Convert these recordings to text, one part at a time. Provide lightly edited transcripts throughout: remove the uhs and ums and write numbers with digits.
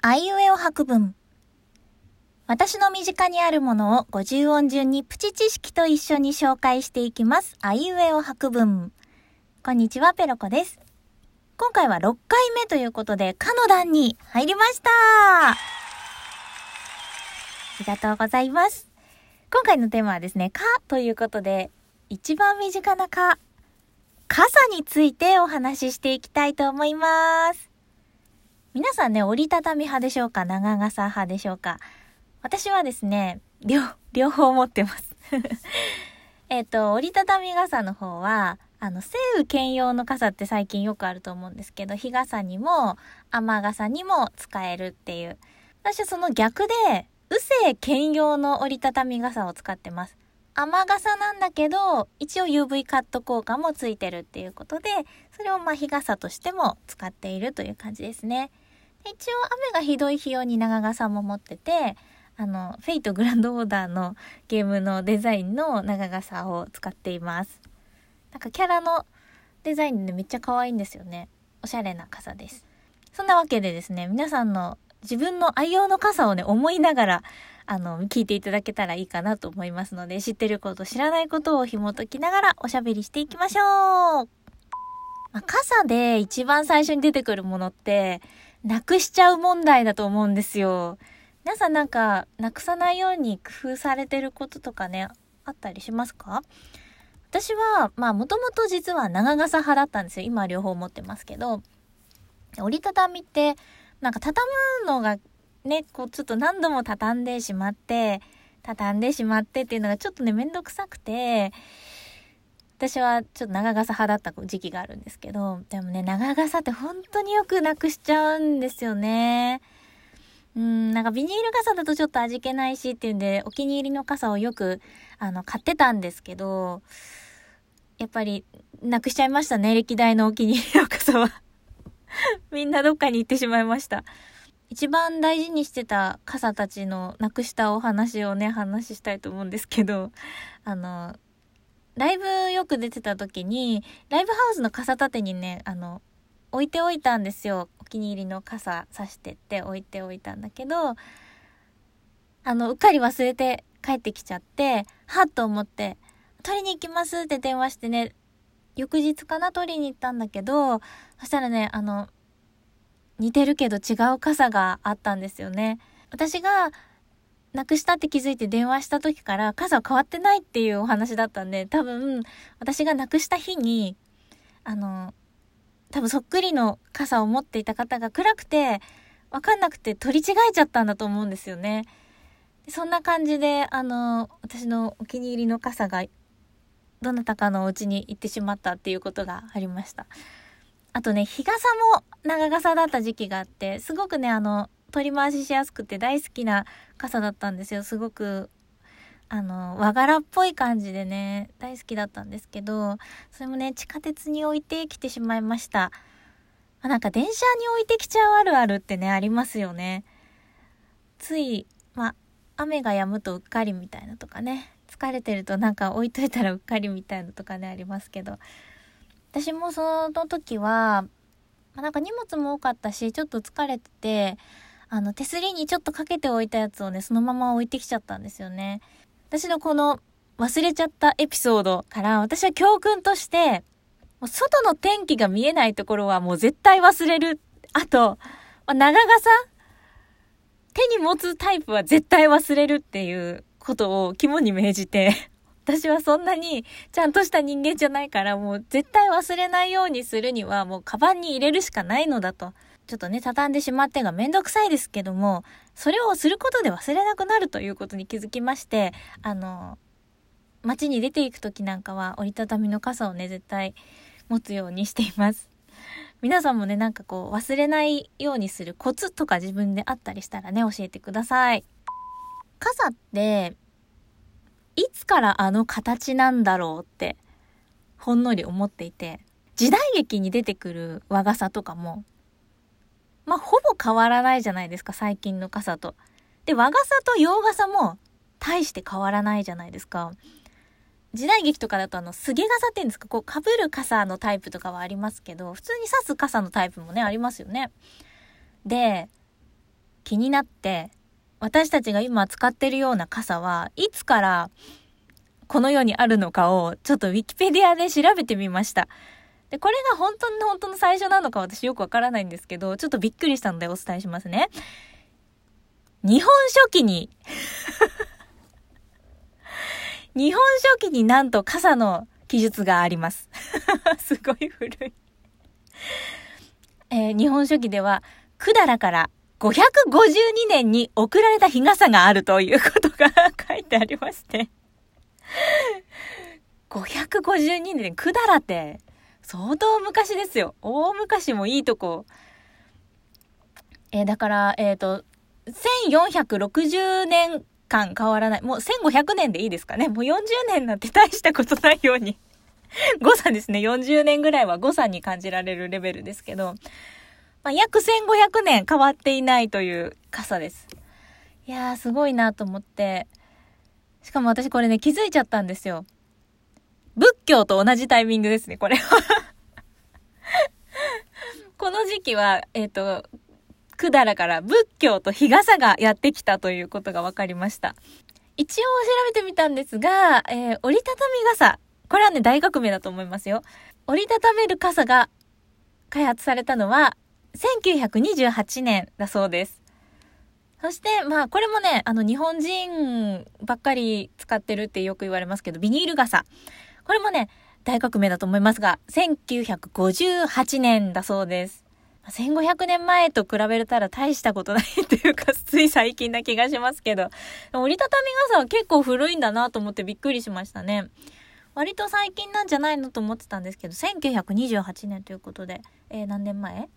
あいうえお博文。私の身近にあるものを50音順にプチ知識と一緒に紹介していきます。あいうえお博文。こんにちは、ペロコです。今回は6回目ということで、かの段に入りました。ありがとうございます。今回のテーマはですね、かということで、一番身近なか、傘についてお話ししていきたいと思います。皆さんね、折りたたみ派でしょうか、長傘派でしょうか。私はですね、両方持ってます折りたたみ傘の方は晴雨兼用の傘って最近よくあると思うんですけど、日傘にも雨傘にも使えるっていう、私はその逆で雨晴兼用の折りたたみ傘を使ってます。雨傘なんだけど一応 UV カット効果もついてるっていうことで、それを日傘としても使っているという感じですね。で、一応雨がひどい日用に長傘も持ってて、フェイトグランドオーダーのゲームのデザインの長傘を使っています。なんかキャラのデザインでめっちゃ可愛いんですよね。おしゃれな傘です。そんなわけでですね、皆さんの自分の愛用の傘をね、思いながら聞いていただけたらいいかなと思いますので、知ってること知らないことを紐解きながらおしゃべりしていきましょう。傘で一番最初に出てくるものってなくしちゃう問題だと思うんですよ。皆さんなんかなくさないように工夫されてることとかね、あったりしますか？私はもともと実は長傘派だったんですよ。今は両方持ってますけど、折りたたみってなんか畳むのがね、こうちょっと何度も畳んでしまってっていうのがちょっとね、めんどくさくて、私はちょっと長傘派だった時期があるんですけど、でもね、長傘って本当によくなくしちゃうんですよね。なんかビニール傘だとちょっと味気ないしっていうんで、お気に入りの傘をよく買ってたんですけど、やっぱりなくしちゃいましたね、歴代のお気に入りの傘はみんなどっかに行ってしまいました。一番大事にしてた傘たちのなくしたお話をね、話したいと思うんですけど、ライブよく出てた時に、ライブハウスの傘立てにね、置いておいたんですよ。お気に入りの傘差してって置いておいたんだけど、うっかり忘れて帰ってきちゃって、はっと思って、取りに行きますって電話してね、翌日かな、取りに行ったんだけど、そしたらね、似てるけど違う傘があったんですよね。私がなくしたって気づいて電話した時から傘は変わってないっていうお話だったんで、多分私がなくした日に多分そっくりの傘を持っていた方が暗くて分かんなくて取り違えちゃったんだと思うんですよね。そんな感じで私のお気に入りの傘がどなたかのお家に行ってしまったっていうことがありました。あとね、日傘も長傘だった時期があって、すごくね取り回ししやすくて大好きな傘だったんですよ。すごく和柄っぽい感じでね、大好きだったんですけど、それもね、地下鉄に置いてきてしまいました。なんか電車に置いてきちゃうあるあるってね、ありますよね。つい雨が止むとうっかりみたいなとかね、疲れてるとなんか置いといたらうっかりみたいなとかね、ありますけど、私もその時はなんか荷物も多かったし、ちょっと疲れてて、手すりにちょっとかけておいたやつをね、そのまま置いてきちゃったんですよね。私のこの忘れちゃったエピソードから私は教訓として、もう外の天気が見えないところはもう絶対忘れる。あと、長傘手に持つタイプは絶対忘れるっていうことを肝に銘じて、私はそんなにちゃんとした人間じゃないから、もう絶対忘れないようにするにはもうカバンに入れるしかないのだと。ちょっとね、畳んでしまってがめんどくさいですけども、それをすることで忘れなくなるということに気づきまして、街に出ていくときなんかは折りたたみの傘をね、絶対持つようにしています。皆さんもね、なんかこう忘れないようにするコツとか自分であったりしたらね、教えてください。傘っていつからあの形なんだろうってほんのり思っていて、時代劇に出てくる和傘とかもほぼ変わらないじゃないですか、最近の傘と。で、和傘と洋傘も大して変わらないじゃないですか。時代劇とかだとすげ傘っていうんですか、こう被る傘のタイプとかはありますけど、普通に差す傘のタイプもね、ありますよね。で、 気になって、私たちが今使ってるような傘はいつからこの世にあるのかをちょっとウィキペディアで調べてみました。で、これが本当の最初なのか私よくわからないんですけど、ちょっとびっくりしたのでお伝えしますね。日本書紀に日本書紀になんと傘の記述があります。すごい古い。日本書紀では、百済から552年に送られた日傘があるということが書いてありまして。552年、百済って相当昔ですよ。大昔もいいとこ。だから、1460年間変わらない。もう1500年でいいですかね。もう40年なんて大したことないように。誤差ですね。40年ぐらいは誤差に感じられるレベルですけど、約1500年変わっていないという傘です。いやー、すごいなと思って。しかも私これね、気づいちゃったんですよ。仏教と同じタイミングですね、これは。この時期は、百済から仏教と日傘がやってきたということが分かりました。一応調べてみたんですが、折りたたみ傘。これはね、大革命だと思いますよ。折りたためる傘が開発されたのは1928年だそうです。そして、これもね、日本人ばっかり使ってるってよく言われますけど、ビニール傘。これもね、大革命だと思いますが、1958年だそうです。1500年前と比べたら大したことないというか、つい最近な気がしますけど、折りたたみ傘は結構古いんだなと思ってびっくりしましたね。割と最近なんじゃないのと思ってたんですけど、1928年ということで、何年前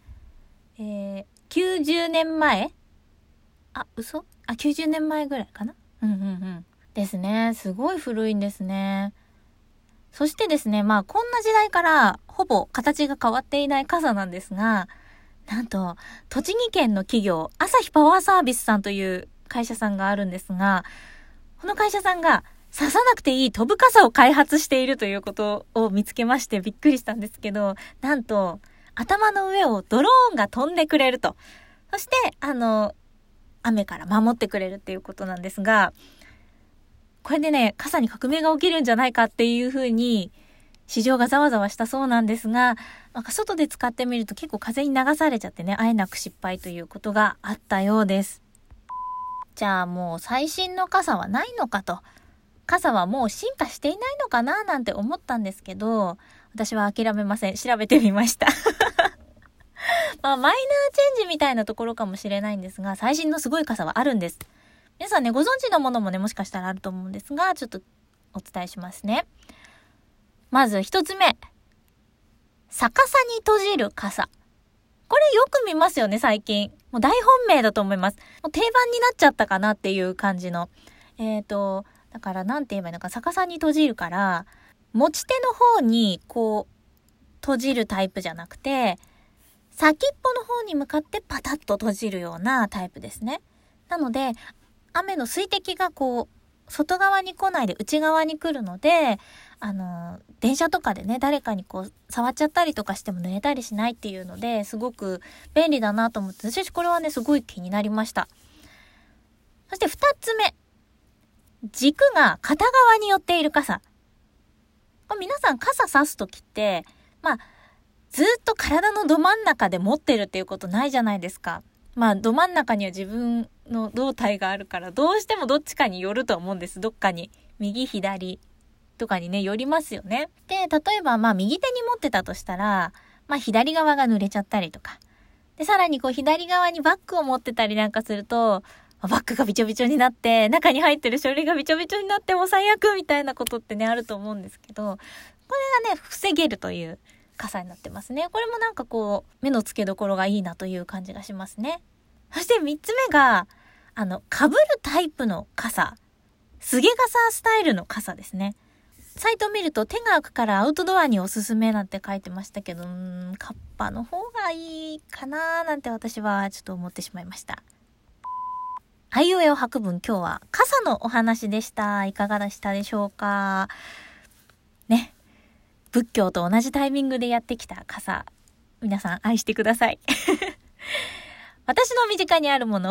？90年前嘘？90年前ぐらいかな？ですね。すごい古いんですね。そしてですね、こんな時代からほぼ形が変わっていない傘なんですが、なんと、栃木県の企業、朝日パワーサービスさんという会社さんがあるんですが、この会社さんが刺さなくていい飛ぶ傘を開発しているということを見つけましてびっくりしたんですけど、なんと、頭の上をドローンが飛んでくれると。そして、雨から守ってくれるっていうことなんですが、これでね、傘に革命が起きるんじゃないかっていう風に、市場がざわざわしたそうなんですが、外で使ってみると結構風に流されちゃってね、あえなく失敗ということがあったようです。じゃあもう最新の傘はないのかと。傘はもう進化していないのかななんて思ったんですけど、私は諦めません。調べてみました。マイナーチェンジみたいなところかもしれないんですが、最新のすごい傘はあるんです。皆さんね、ご存知のものもね、もしかしたらあると思うんですが、ちょっとお伝えしますね。まず一つ目。逆さに閉じる傘。これよく見ますよね、最近。もう大本命だと思います。もう定番になっちゃったかなっていう感じの。だからなんて言えばいいのか、逆さに閉じるから、持ち手の方にこう、閉じるタイプじゃなくて、先っぽの方に向かってパタッと閉じるようなタイプですね。なので、雨の水滴がこう、外側に来ないで内側に来るので、電車とかでね、誰かにこう、触っちゃったりとかしても濡れたりしないっていうので、すごく便利だなと思って、私これはね、すごい気になりました。そして二つ目。軸が片側に寄っている傘。皆さん傘差すときって、ずっと体のど真ん中で持ってるっていうことないじゃないですか。ど真ん中には自分の胴体があるから、どうしてもどっちかに寄ると思うんです。どっかに。右、左とかにね、寄りますよね。で、例えば右手に持ってたとしたら、左側が濡れちゃったりとか。で、さらにこう左側にバッグを持ってたりなんかすると、バッグがびちょびちょになって、中に入ってる書類がびちょびちょになっても最悪みたいなことってね、あると思うんですけど、これがね、防げるという傘になってますね。これもなんかこう、目の付けどころがいいなという感じがしますね。そして3つ目が、被るタイプの傘。すげ傘スタイルの傘ですね。サイトを見ると手が空くからアウトドアにおすすめなんて書いてましたけど、カッパの方がいいかななんて私はちょっと思ってしまいました。あいうえお白文、今日は傘のお話でした。いかがでしたでしょうかね。仏教と同じタイミングでやってきた傘、皆さん愛してください。私の身近にあるものを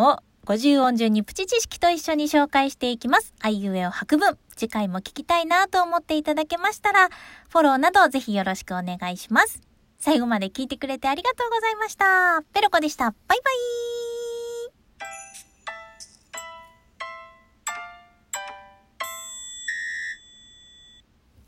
50音順にプチ知識と一緒に紹介していきます。あいうえお白文。次回も聞きたいなと思っていただけましたら、フォローなどぜひよろしくお願いします。最後まで聞いてくれてありがとうございました。ペロコでした。バイバイ。